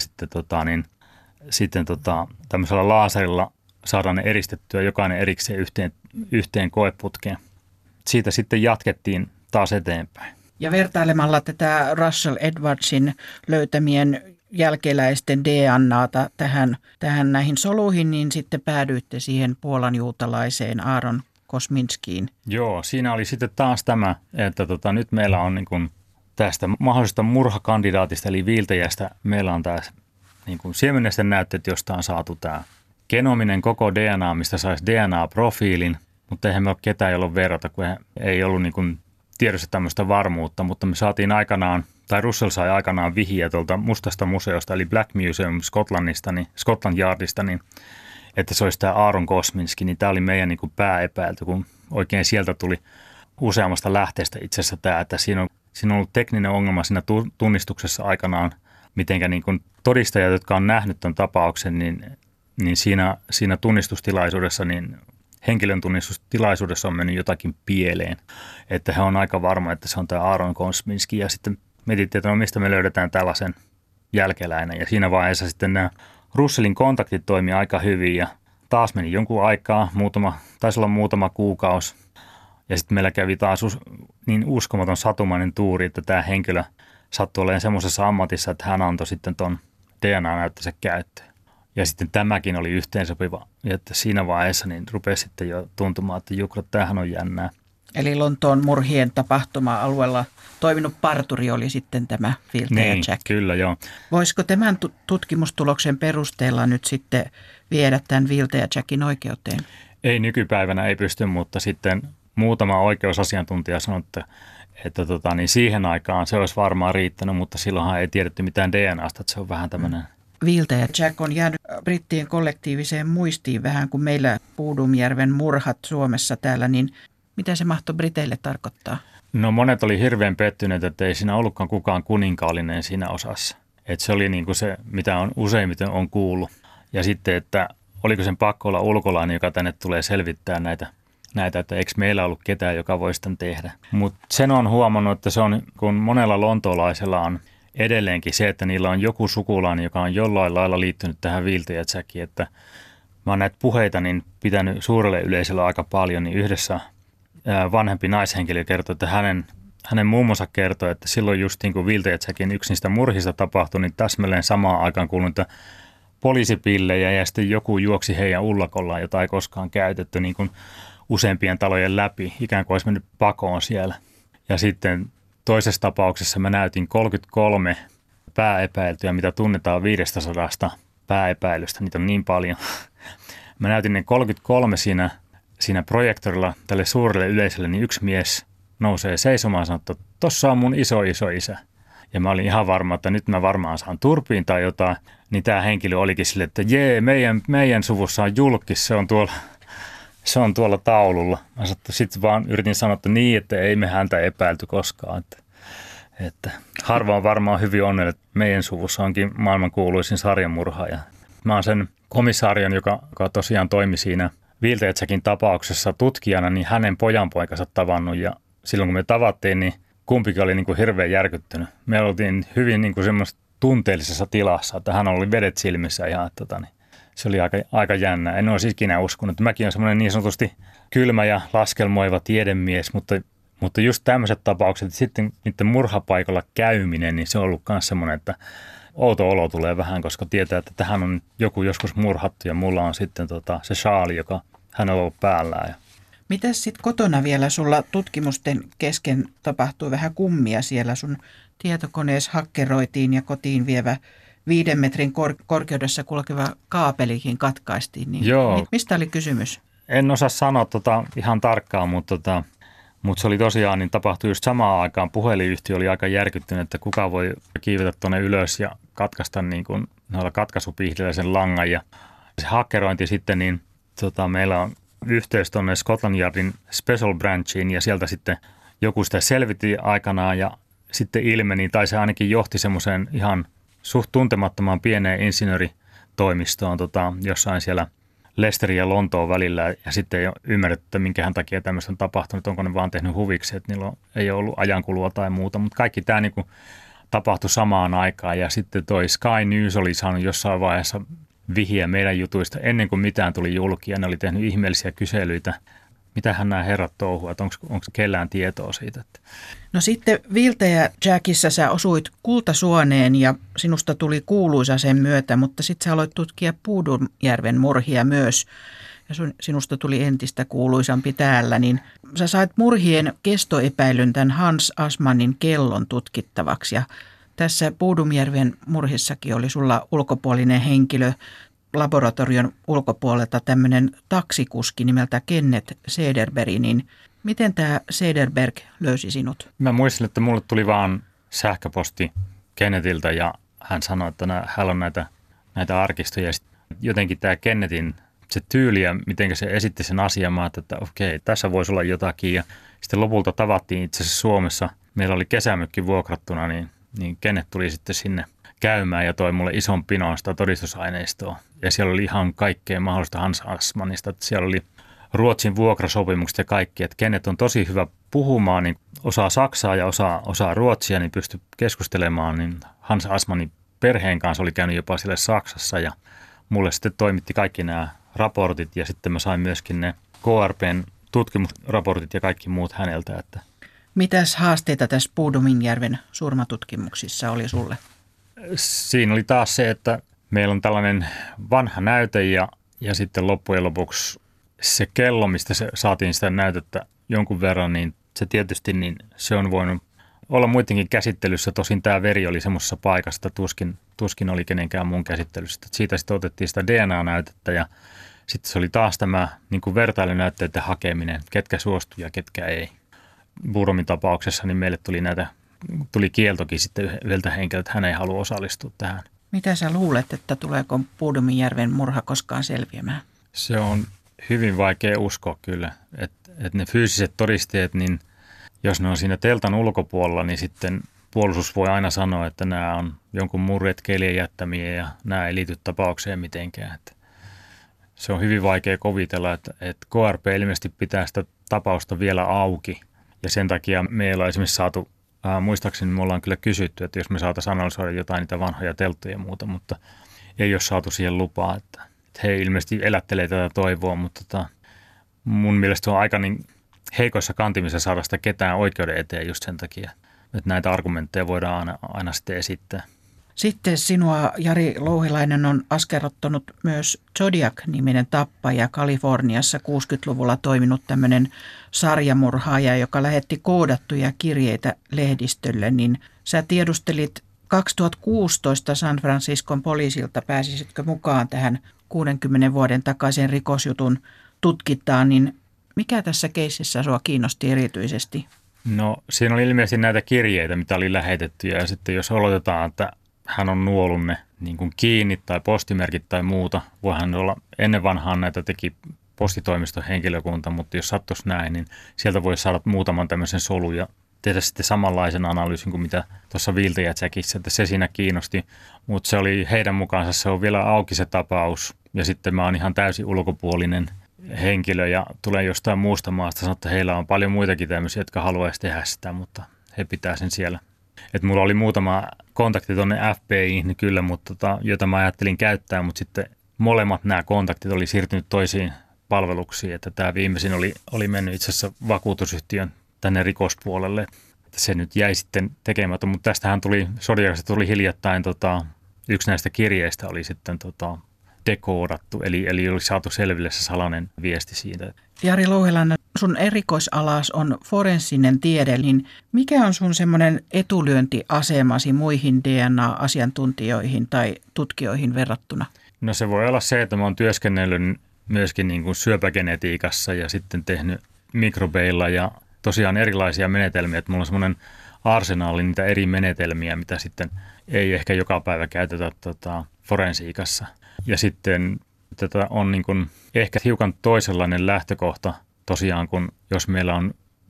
[SPEAKER 2] sitten tämmöisellä laaserilla saadaan ne eristettyä jokainen erikseen yhteen koeputkeen. Siitä sitten jatkettiin taas eteenpäin.
[SPEAKER 3] Ja vertailemalla tätä Russell Edwardsin löytämien jälkeläisten DNAta tähän näihin soluihin, niin sitten päädyitte siihen puolan juutalaiseen Aaron Kosminskiin.
[SPEAKER 2] Joo, siinä oli sitten taas tämä, että nyt meillä on niin kuin tästä mahdollisesta murhakandidaatista eli viiltäjästä, meillä on taas niin kuin siemennesten näytteet, josta on saatu tämä genominen koko DNA, mistä saisi DNA-profiilin, mutta eihän me ole ketään, jolla verrata, kun ei ollut niin kuin tiedossa tämmöistä varmuutta, mutta me saatiin aikanaan, tai Russell sai aikanaan vihjeä tuolta Mustasta museosta, eli Black Museum Scotland Yardista, niin että se olisi tämä Aaron Kosminski, niin tämä oli meidän niin kuin pääepäilty, kun oikein sieltä tuli useammasta lähteestä itse asiassa tämä, että siinä on ollut tekninen ongelma siinä tunnistuksessa aikanaan, mitenkä niin kuin todistajat, jotka on nähnyt tämän tapauksen, niin siinä tunnistustilaisuudessa, niin henkilön tunnistustilaisuudessa on mennyt jotakin pieleen, että he on aika varma, että se on tämä Aaron Kosminski ja sitten mietittiin, että mistä me löydetään tällaisen jälkeläinen ja siinä vaiheessa sitten nämä Russellin kontaktit toimi aika hyvin ja taas meni jonkun aikaa, taisi olla muutama kuukausi ja sitten meillä kävi taas niin uskomaton satumainen tuuri, että tämä henkilö sattui olemaan semmoisessa ammatissa, että hän antoi sitten tuon DNA-näyttönsä käyttöön. Ja sitten tämäkin oli yhteensopiva, ja että siinä vaiheessa niin rupesi sitten jo tuntumaan, että jukrat, tämähän on jännää.
[SPEAKER 3] Eli Lontoon murhien tapahtuma-alueella toiminut parturi oli sitten tämä viiltäjä
[SPEAKER 2] Jack. Niin, kyllä joo.
[SPEAKER 3] Voisiko tämän tutkimustuloksen perusteella nyt sitten viedä tämän viiltäjä Jackin oikeuteen?
[SPEAKER 2] Ei nykypäivänä ei pysty, mutta sitten muutama oikeusasiantuntija sanoi, että niin siihen aikaan se olisi varmaan riittänyt, mutta silloinhan ei tiedetty mitään DNAsta, että se on vähän tämmöinen.
[SPEAKER 3] Viiltäjä Jack on jäänyt brittien kollektiiviseen muistiin vähän kuin meillä Puudumjärven murhat Suomessa täällä, niin mitä se mahtoi briteille tarkoittaa?
[SPEAKER 2] No monet oli hirveän pettyneet, että ei siinä ollutkaan kukaan kuninkaallinen siinä osassa. Että se oli niin kuin se, mitä on useimmiten on kuullut. Ja sitten, että oliko sen pakko olla ulkolainen, joka tänne tulee selvittää näitä, että eikö meillä ollut ketään, joka voi sitten tehdä. Mutta sen on huomannut, että se on, kun monella lontoolaisella on edelleenkin se, että niillä on joku sukulainen, joka on jollain lailla liittynyt tähän viiltäjä Jackiin, että mä oon näitä puheita niin pitänyt suurelle yleisölle aika paljon, niin yhdessä vanhempi naishenkilö kertoi, että hänen mummonsa kertoi, että silloin just niin kuin viiltäjä Jackin yksi niistä murhista tapahtui, niin täsmälleen samaan aikaan kuului poliisipillejä ja sitten joku juoksi heidän ullakollaan, jota ei koskaan käytetty niin kuin useampien talojen läpi, ikään kuin olisi mennyt pakoon siellä. Ja sitten toisessa tapauksessa mä näytin 33 pääepäiltyä, mitä tunnetaan 500 pääepäilystä. Niitä on niin paljon. Mä näytin ne 33 siinä projektorilla tälle suurelle yleisölle, niin yksi mies nousee seisomaan ja sanoo, että tossa on mun iso isä. Ja mä olin ihan varma, että nyt mä varmaan saan turpiin tai jotain. Niin tämä henkilö olikin sille, että jee, meidän suvussa on julkis, se on tuolla taululla. Mä sitten vaan yritin sanoa, että niin, että ei me häntä epäilty koskaan. Että harva on varmaan hyvin onnellinen, että meidän suvussa onkin maailmankuuluisin sarjamurhaaja. Mä oon sen komissaarion, joka tosiaan toimi siinä viiltäjä Jackin tapauksessa tutkijana, niin hänen pojanpoikansa tavannut. Ja silloin kun me tavattiin, niin kumpikin oli niin kuin hirveän järkyttynyt. Me oltiin hyvin niin kuin semmoisessa tunteellisessa tilassa, että hän oli vedet silmissä ja se oli aika jännä. En olisi ikinä uskonut. Mäkin olen semmoinen niin sanotusti kylmä ja laskelmoiva tiedemies, mutta just tämmöiset tapaukset, että sitten niiden murhapaikalla käyminen, niin se on ollut myös semmoinen, että outo olo tulee vähän, koska tietää, että tähän on joku joskus murhattu ja mulla on sitten se shaali, joka hän on ollut päällään.
[SPEAKER 3] Mitäs sitten kotona vielä sulla tutkimusten kesken tapahtui vähän kummia siellä? Sun tietokoneessa hakkeroitiin ja kotiin vievä 5 metrin korkeudessa kulkeva kaapelikin katkaistiin. Niin
[SPEAKER 2] Joo.
[SPEAKER 3] Mistä oli kysymys?
[SPEAKER 2] En osaa sanoa ihan tarkkaan, mutta se oli tosiaan, niin tapahtui just samaan aikaan. Puhelinyhtiö oli aika järkyttynyt, että kuka voi kiivetä tuonne ylös ja katkaista niin kuin noilla katkaisupihdeillä sen langan. Ja se hakkerointi sitten, niin meillä on yhteys tuonne Scotland Yardin Special Branchiin ja sieltä sitten joku sitä selvitti aikanaan ja sitten ilmeni, tai se ainakin johti semmoiseen ihan suht tuntemattomaan pieneen insinööritoimistoon jossain siellä Leicesterin ja Lontoon välillä, ja sitten ei ole ymmärretty, että minkähän takia tämmöistä on tapahtunut, onko ne vaan tehnyt huviksi, että niillä ei ole ollut ajankulua tai muuta, mutta kaikki tämä niin kuin tapahtui samaan aikaan, ja sitten toi Sky News oli saanut jossain vaiheessa vihiä meidän jutuista ennen kuin mitään tuli julki, ja ne oli tehnyt ihmeellisiä kyselyitä. Mitähän nämä herrat touhuvat, onko kellään tietoa siitä?
[SPEAKER 3] No sitten Viltä ja Jackissa sä osuit kultasuoneen ja sinusta tuli kuuluisa sen myötä, mutta sitten sä aloit tutkia Puudumjärven murhia myös ja sinusta tuli entistä kuuluisampi täällä, niin sä sait murhien kestoepäilyn tämän Hans Assmannin kellon tutkittavaksi ja tässä Puudumjärven murhissakin oli sulla ulkopuolinen henkilö laboratorion ulkopuolelta tämmöinen taksikuski nimeltä Kenneth Cederberg, niin miten tämä Cederberg löysi sinut?
[SPEAKER 2] Mä muistin, että mulle tuli vaan sähköposti Kennethiltä ja hän sanoi, että hänellä on näitä arkistoja. Jotenkin tämä Kennethin se tyyli ja miten se esitti sen asian, mä että okei, tässä voisi olla jotakin. Ja sitten lopulta tavattiin itse asiassa Suomessa. Meillä oli kesämökki vuokrattuna, niin Kenneth tuli sitten sinne käymään ja toi mulle ison pinon sitä todistusaineistoa. Ja siellä oli ihan kaikkea mahdollista Hans Assmannista. Että siellä oli Ruotsin vuokrasopimukset ja kaikki. Että Kenneth on tosi hyvä puhumaan, niin osaa saksaa ja osaa ruotsia, niin pystyi keskustelemaan. Niin Hans Assmannin perheen kanssa oli käynyt jopa siellä Saksassa ja mulle sitten toimitti kaikki nämä raportit ja sitten mä sain myöskin ne KRPn tutkimusraportit ja kaikki muut häneltä. Että
[SPEAKER 3] mitäs haasteita tässä Puudumjärven surmatutkimuksissa oli sulle?
[SPEAKER 2] Siinä oli taas se, että meillä on tällainen vanha näyte ja sitten loppujen lopuksi se kello, mistä saatiin sitä näytettä jonkun verran, niin se tietysti niin se on voinut olla muidenkin käsittelyssä. Tosin tämä veri oli semmoisessa paikassa, että tuskin oli kenenkään muun käsittelyssä. Siitä sitten otettiin sitä DNA-näytettä ja sitten se oli taas tämä niin kuin vertailunäytteiden hakeminen, ketkä suostui ja ketkä ei. Buurumin tapauksessa niin meille tuli kieltokin sitten yhdeltä henkilöltä, että hän ei halua osallistua tähän.
[SPEAKER 3] Mitä sä luulet, että tuleeko Puudumjärven murha koskaan selviämään?
[SPEAKER 2] Se on hyvin vaikea uskoa kyllä, että ne fyysiset todisteet, niin jos ne on siinä teltan ulkopuolella, niin sitten puolustus voi aina sanoa, että nämä on jonkun muun retkeilijän jättämiä ja nämä ei liity tapaukseen mitenkään. Että se on hyvin vaikea kovitella, että KRP ilmeisesti pitää sitä tapausta vielä auki ja sen takia meillä on esimerkiksi saatu, muistaakseni me ollaan kyllä kysytty, että jos me saataisiin analysoida jotain niitä vanhoja telttoja ja muuta, mutta ei ole saatu siihen lupaa, että he ilmeisesti elättelee tätä toivoa, mutta mun mielestä se on aika niin heikoissa kantimissa saada sitä ketään oikeuden eteen just sen takia, että näitä argumentteja voidaan aina sitten esittää.
[SPEAKER 3] Sitten sinua, Jari Louhilainen, on askarruttanut myös Zodiac-niminen tappaja Kaliforniassa 60-luvulla toiminut tämmöinen sarjamurhaaja, joka lähetti koodattuja kirjeitä lehdistölle, niin sä tiedustelit 2016 San Franciscon poliisilta, pääsisitkö mukaan tähän 60 vuoden takaisen rikosjutun tutkintaan, niin mikä tässä keississä sua kiinnosti erityisesti? No
[SPEAKER 2] siinä oli ilmeisesti näitä kirjeitä, mitä oli lähetetty ja sitten jos oletetaan, että hän on nuollut ne niin kuin kiinni tai postimerkit tai muuta, voihan olla ennen vanhaan näitä teki postitoimiston henkilökunta, mutta jos sattuisi näin, niin sieltä voi saada muutaman tämmöisen solun ja tehdä sitten samanlaisen analyysin kuin mitä tuossa Viltä ja Jackissä, että se siinä kiinnosti, mutta se oli heidän mukaansa, se on vielä auki se tapaus ja sitten mä oon ihan täysin ulkopuolinen henkilö ja tulee jostain muusta maasta, sanoo, että heillä on paljon muitakin tämmöisiä, jotka haluaisi tehdä sitä, mutta he pitää sen siellä. Et mulla oli muutama kontakti tuonne FBI:hin niin kyllä, mutta jota mä ajattelin käyttää, mutta sitten molemmat nämä kontaktit oli siirtynyt toisiin palveluksiin, että tämä viimeisin oli mennyt itse asiassa vakuutusyhtiön tänne rikospuolelle. Se nyt jäi sitten tekemättä, mutta tästähän Zodiacista tuli hiljattain yksi näistä kirjeistä oli sitten dekoodattu, eli oli saatu selville se salainen viesti siitä.
[SPEAKER 3] Jari Louhilainen, sun erikoisalas on forensinen tiede, niin mikä on sun semmoinen etulyöntiasemasi muihin DNA-asiantuntijoihin tai tutkijoihin verrattuna?
[SPEAKER 2] No se voi olla se, että mä oon työskennellyt myöskin niin kuin syöpägenetiikassa ja sitten tehnyt mikrobeilla ja tosiaan erilaisia menetelmiä, että mulla on semmoinen arsenaali niitä eri menetelmiä, mitä sitten ei ehkä joka päivä käytetä forensiikassa. Ja sitten tätä on niin kuin ehkä hiukan toisenlainen lähtökohta tosiaan, kun jos meillä on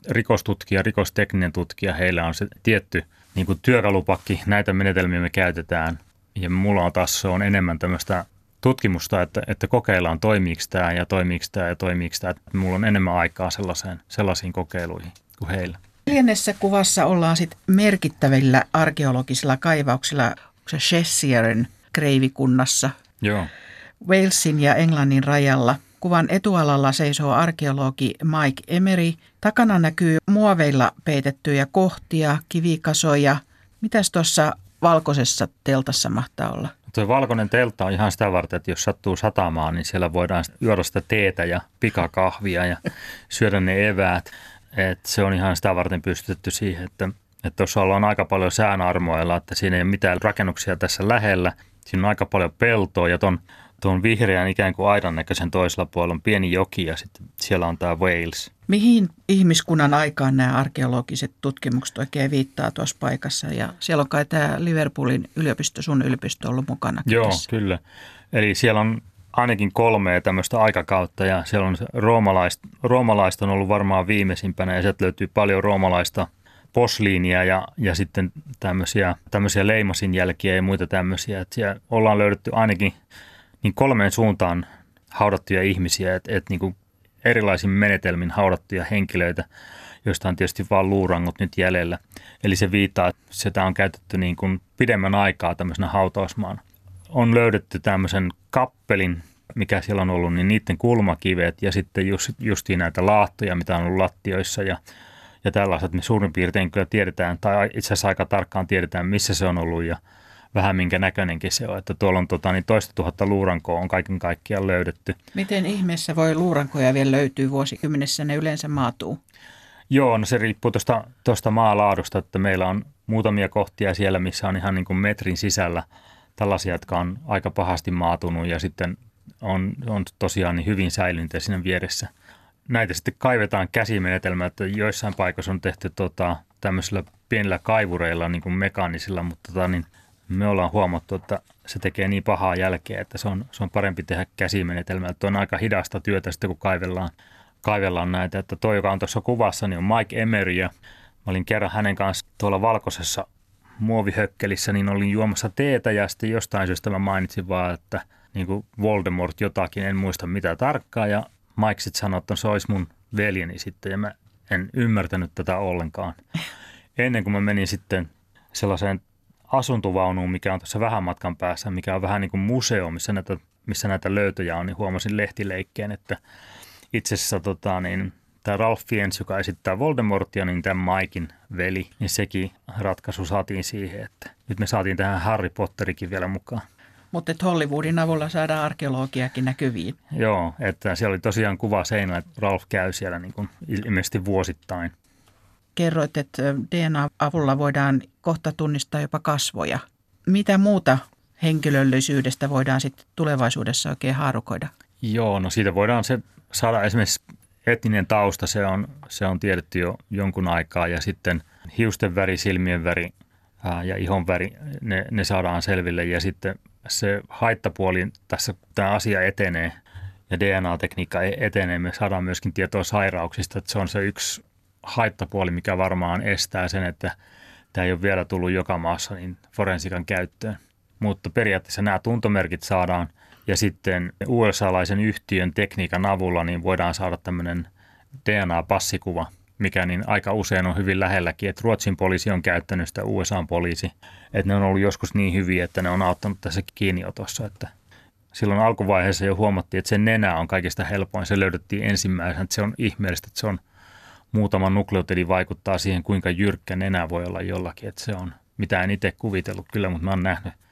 [SPEAKER 2] rikostutkija, rikostekninen tutkija, heillä on se tietty niin kuin työkalupakki, näitä menetelmiä me käytetään. Ja mulla on taas se on enemmän tämmöistä tutkimusta, että kokeillaan toimiiko tämä ja toimiiko tämä ja toimiiko tämä. Mulla on enemmän aikaa sellaisiin kokeiluihin kuin heillä.
[SPEAKER 3] 4. kuvassa ollaan sitten merkittävillä arkeologisilla kaivauksilla Cheshireen kreivikunnassa,
[SPEAKER 2] Joo.
[SPEAKER 3] Walesin ja Englannin rajalla. Kuvan etualalla seisoo arkeologi Mike Emery. Takana näkyy muoveilla peitettyjä kohtia, kivikasoja. Mitäs tuossa valkoisessa teltassa mahtaa olla?
[SPEAKER 2] Tuo valkoinen teltta on ihan sitä varten, että jos sattuu satamaan, niin siellä voidaan juoda sitä teetä ja pikakahvia ja syödä ne eväät. Et se on ihan sitä varten pystytetty siihen, että tuossa ollaan aika paljon säänarmoilla, että siinä ei ole mitään rakennuksia tässä lähellä. Siinä on aika paljon peltoa ja tuon vihreän ikään kuin aidan näköisen toisella puolella on pieni joki ja sitten siellä on tämä Wales.
[SPEAKER 3] Mihin ihmiskunnan aikaan nämä arkeologiset tutkimukset oikein viittaa tuossa paikassa? Ja siellä on kai tämä Liverpoolin yliopisto, sun yliopisto ollut mukana.
[SPEAKER 2] Joo,
[SPEAKER 3] tässä.
[SPEAKER 2] kyllä. Eli siellä on ainakin 3 tämmöistä aikakautta ja siellä on roomalaista on ollut varmaan viimeisimpänä ja sieltä löytyy paljon roomalaista posliinia ja sitten tämmöisiä leimasinjälkiä ja muita tämmöisiä. Että siellä ollaan löydetty ainakin niin 3 suuntaan haudattuja ihmisiä, että niin kuin erilaisin menetelmin haudattuja henkilöitä, joista on tietysti vain luurangot nyt jäljellä. Eli se viittaa, että sitä on käytetty niin kuin pidemmän aikaa tämmöisenä hautausmaana. On löydetty tämmöisen kappelin, mikä siellä on ollut, niin niiden kulmakivet ja sitten justiin näitä laattoja, mitä on ollut lattioissa ja tällaiset. Me suurin piirtein kyllä tiedetään, tai itse asiassa aika tarkkaan tiedetään, missä se on ollut ja vähän minkä näköinenkin se on. Että tuolla on toista tuhatta luurankoa on kaiken kaikkiaan löydetty.
[SPEAKER 3] Miten ihmeessä voi luurankoja vielä löytyä vuosikymmenessä, ne yleensä maatuu?
[SPEAKER 2] Joo, no se riippuu tuosta maalaadusta, että meillä on muutamia kohtia siellä, missä on ihan niin kuin metrin sisällä tällaisia, jotka on aika pahasti maatunut ja sitten on tosiaan niin hyvin säilynyt siinä vieressä. Näitä sitten kaivetaan käsimenetelmällä, että joissain paikoissa on tehty tämmöisillä pienillä kaivureilla niin kuin mekaanisilla, mutta niin me ollaan huomattu, että se tekee niin pahaa jälkeä, että se on parempi tehdä käsimenetelmällä. Tuo on aika hidasta työtä sitten, kun kaivellaan näitä. Että tuo, joka on tuossa kuvassa, niin on Mike Emery ja mä olin kerran hänen kanssa tuolla valkoisessa muovihökkelissä, niin olin juomassa teetä ja sitten jostain syystä mä mainitsin vaan, että niin kuin Voldemort jotakin, en muista mitä tarkkaan ja Mike sitten sanoi, että se olisi mun veljeni sitten ja mä en ymmärtänyt tätä ollenkaan. Ennen kuin mä menin sitten sellaiseen asuntovaunuun, mikä on tuossa vähän matkan päässä, mikä on vähän niin kuin museo, missä näitä löytöjä on, niin huomasin lehtileikkeen, että itse asiassa tämä Ralph Fiennes, joka esittää Voldemortia, niin tämän Mikein veli, niin sekin ratkaisu saatiin siihen, että nyt me saatiin tähän Harry Potterikin vielä mukaan.
[SPEAKER 3] Mutta Hollywoodin avulla saadaan arkeologiakin näkyviin.
[SPEAKER 2] Joo, että siellä oli tosiaan kuva seinällä, että Ralph käy siellä niin kuin ilmeisesti vuosittain.
[SPEAKER 3] Kerroit, että DNA-avulla voidaan kohta tunnistaa jopa kasvoja. Mitä muuta henkilöllisyydestä voidaan sitten tulevaisuudessa oikein haarukoida? Joo,
[SPEAKER 2] no siitä voidaan saada esimerkiksi etninen tausta, se on tiedetty jo jonkun aikaa ja sitten hiusten väri, silmien väri ja ihon väri, ne saadaan selville ja sitten se haittapuoli tässä, kun tämä asia etenee ja DNA-tekniikka etenee, me saadaan myöskin tietoa sairauksista, että se on se yksi haittapuoli, mikä varmaan estää sen, että tämä ei ole vielä tullut joka maassa niin forensikan käyttöön. Mutta periaatteessa nämä tuntomerkit saadaan ja sitten USA-laisen yhtiön tekniikan avulla niin voidaan saada tämmöinen DNA-passikuva, mikä niin aika usein on hyvin lähelläkin, että Ruotsin poliisi on käyttänyt sitä USA-poliisi, että ne on ollut joskus niin hyviä, että ne on auttanut tässä kiinniotossa, että silloin alkuvaiheessa jo huomattiin, että sen nenä on kaikista helpoin, se löydettiin ensimmäisenä, että se on ihmeellistä, että se on muutama nukleotidi vaikuttaa siihen, kuinka jyrkkä nenä voi olla jollakin, että se on, mitä en itse kuvitellut kyllä, mutta mä oon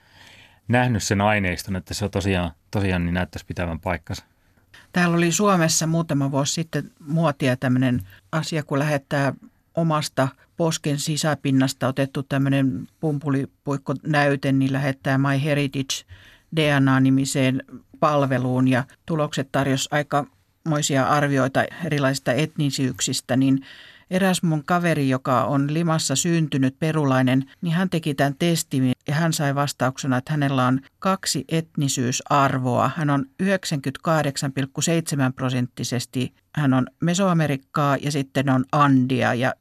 [SPEAKER 2] nähnyt sen aineiston, että se on tosiaan niin näyttäisi pitävän paikkansa.
[SPEAKER 3] Täällä oli Suomessa muutama vuosi sitten muotia tämmöinen asia, kun lähettää omasta posken sisäpinnasta otettu tämmöinen pumpulipuikkonäyte, niin lähettää MyHeritage DNA-nimiseen palveluun ja tulokset tarjosi aikamoisia arvioita erilaisista etnisyyksistä, niin eräs mun kaveri, joka on Limassa syntynyt perulainen, niin hän teki tämän testin ja hän sai vastauksena, että hänellä on 2 etnisyysarvoa. Hän on 98,7% hän on Mesoamerikkaa ja sitten on Andia ja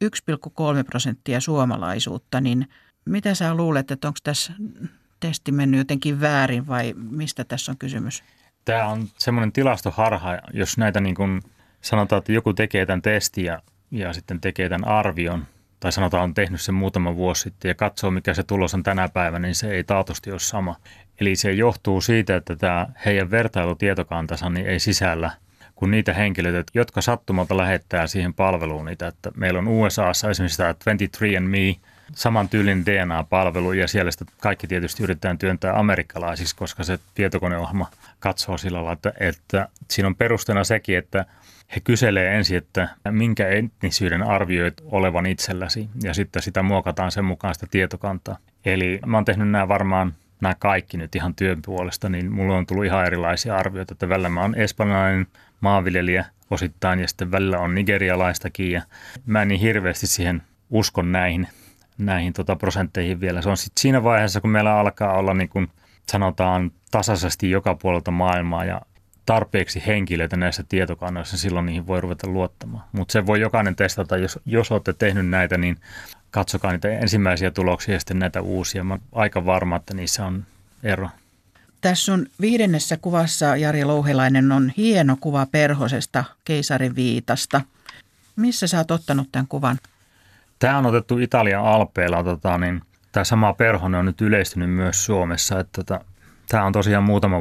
[SPEAKER 3] 1,3% suomalaisuutta. Niin mitä sä luulet, että onko tässä testi mennyt jotenkin väärin vai mistä tässä on kysymys?
[SPEAKER 2] Tämä on semmoinen tilastoharha, jos näitä niin kuin sanotaan, että joku tekee tämän testin ja sitten tekee tämän arvion, tai sanotaan on tehnyt sen muutama vuosi sitten ja katsoo mikä se tulos on tänä päivänä, niin se ei taatusti ole sama. Eli se johtuu siitä, että tämä heidän vertailutietokantansa niin ei sisällä kuin niitä henkilöitä, jotka sattumalta lähettää siihen palveluun niitä. Että meillä on USAssa esimerkiksi tämä 23andMe, saman tyylin DNA-palvelu ja siellä sitä kaikki tietysti yritetään työntää amerikkalaisiksi, koska se tietokoneohjelma katsoo sillä lailla, että siinä on perusteena sekin, että he kyselee ensin, että minkä etnisyyden arvioit olevan itselläsi ja sitten sitä muokataan sen mukaan sitä tietokantaa. Eli mä oon tehnyt nämä kaikki nyt ihan työn puolesta, niin mulla on tullut ihan erilaisia arvioita, että välillä mä oon espanjalainen maanviljelijä osittain ja sitten välillä on nigerialaistakin ja mä en niin hirveästi siihen uskon näihin prosentteihin vielä. Se on sitten siinä vaiheessa, kun meillä alkaa olla niin kuin sanotaan tasaisesti joka puolelta maailmaa ja tarpeeksi henkilöitä näissä tietokannoissa, silloin niihin voi ruveta luottamaan. Mutta se voi jokainen testata, jos olette tehnyt näitä, niin katsokaa niitä ensimmäisiä tuloksia ja sitten näitä uusia. Mä olen aika varma, että niissä on ero.
[SPEAKER 3] Tässä on 5. kuvassa Jari Louhelainen on hieno kuva perhosesta keisarin viitasta. Missä sä oot ottanut tämän kuvan?
[SPEAKER 2] Tämä on otettu Italian Alpeilla. Tämä sama perhonen on nyt yleistynyt myös Suomessa. Tämä on tosiaan muutama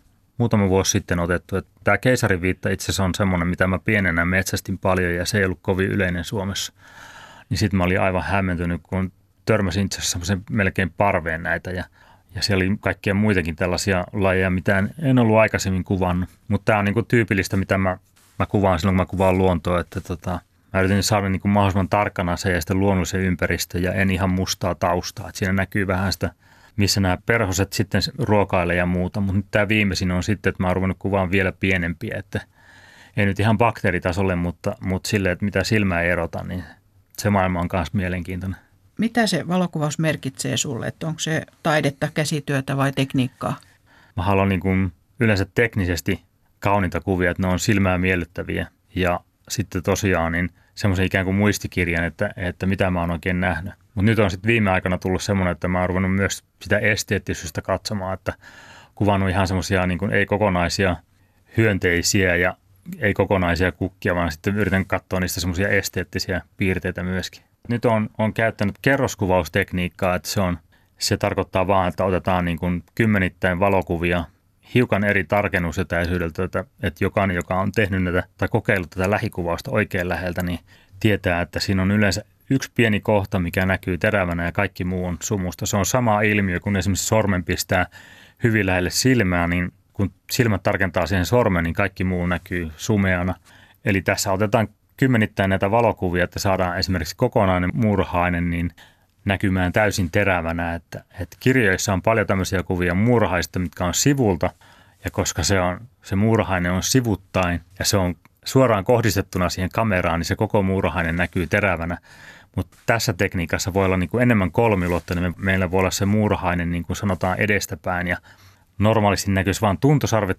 [SPEAKER 2] vuosi sitten otettu. Tämä keisariviitta itse asiassa on semmoinen, mitä mä pienenä metsästin paljon ja se ei ollut kovin yleinen Suomessa. Niin sitten mä olin aivan hämmentynyt, kun törmäsin itse asiassa semmoisen melkein parveen näitä ja siellä oli kaikkia muitakin tällaisia lajeja, mitä en ollut aikaisemmin kuvannut. Mutta tämä on niinku tyypillistä, mitä mä kuvaan silloin, kun mä kuvaan luontoa, että mä yritin saada niinku mahdollisimman tarkkana se ja sitten luonnollisen ympäristö ja en ihan mustaa taustaa. Et siinä näkyy vähän sitä, missä nämä perhoset sitten ruokailee ja muuta, mutta nyt tämä viimeisin on sitten, että mä oon ruvennut kuvaan vielä pienempiä, että ei nyt ihan bakteeritasolle, mutta silleen, että mitä silmää ei erota, niin se maailma on myös mielenkiintoinen.
[SPEAKER 3] Mitä se valokuvaus merkitsee sulle, että onko se taidetta, käsityötä vai tekniikkaa?
[SPEAKER 2] Mä haluan niin kuin yleensä teknisesti kauniita kuvia, että ne on silmää miellyttäviä ja sitten tosiaan niin semmoisen ikään kuin muistikirjan, että mitä mä oon oikein nähnyt. Mutta nyt on sitten viime aikana tullut semmoinen, että mä oon ruvennut myös sitä esteettisyyttä katsomaan, että kuvannut ihan semmoisia niin kuin ei kokonaisia hyönteisiä ja ei kokonaisia kukkia, vaan sitten yritän katsoa niistä semmoisia esteettisiä piirteitä myöskin. Nyt on käyttänyt kerroskuvaustekniikkaa, että se tarkoittaa vaan, että otetaan niin kuin kymmenittäin valokuvia hiukan eri tarkennusetäisyydeltä, että jokainen, joka on tehnyt näitä tai kokeillut tätä lähikuvausta oikein läheltä, niin tietää, että siinä on yleensä yksi pieni kohta, mikä näkyy terävänä ja kaikki muu on sumusta. Se on sama ilmiö, kun esimerkiksi sormen pistää hyvin lähelle silmää, niin kun silmät tarkentaa siihen sormen, niin kaikki muu näkyy sumeana. Eli tässä otetaan kymmenittäin näitä valokuvia, että saadaan esimerkiksi kokonainen muurahainen niin näkymään täysin terävänä. Että kirjoissa on paljon tämmöisiä kuvia muurahaista, mitkä on sivulta, ja koska se muurahainen on sivuttain ja se on suoraan kohdistettuna siihen kameraan, niin se koko muurahainen näkyy terävänä. Mutta tässä tekniikassa voi olla niin kuin enemmän kolmiulotteinen. Meillä voi olla se muurahainen, niin kuin sanotaan, edestäpäin ja normaalisti näkyisi vain tuntosarvet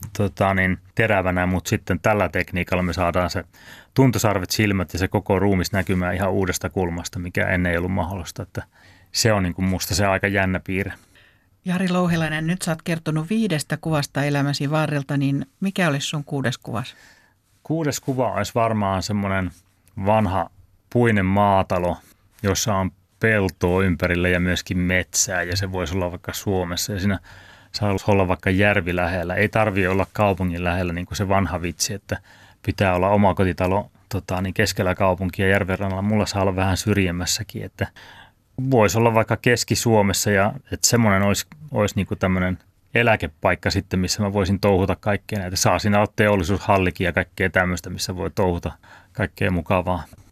[SPEAKER 2] terävänä, mutta sitten tällä tekniikalla me saadaan se tuntosarvet, silmät ja se koko ruumis näkymään ihan uudesta kulmasta, mikä ennen ei ollut mahdollista. Että se on niin kuin musta se aika jännä piirre.
[SPEAKER 3] Jari Louhelainen, nyt sä oot kertonut 5 kuvasta elämäsi varrelta, niin mikä olisi sun 6. kuvas?
[SPEAKER 2] 6. kuva olisi varmaan semmoinen vanha puinen maatalo, jossa on peltoa ympärillä ja myöskin metsää ja se voisi olla vaikka Suomessa ja siinä saa olla vaikka järvi lähellä. Ei tarvitse olla kaupungin lähellä niin kuin se vanha vitsi, että pitää olla omakotitalo keskellä kaupunkia järven rannalla. Mulla saa olla vähän syrjemmässäkin, että voisi olla vaikka Keski-Suomessa ja että semmoinen olisi niin kuin tämmöinen eläkepaikka sitten, missä mä voisin touhuta kaikkea näitä. Saa siinä olla teollisuushallikin ja kaikkea tämmöistä, missä voi touhuta kaikkea mukavaa.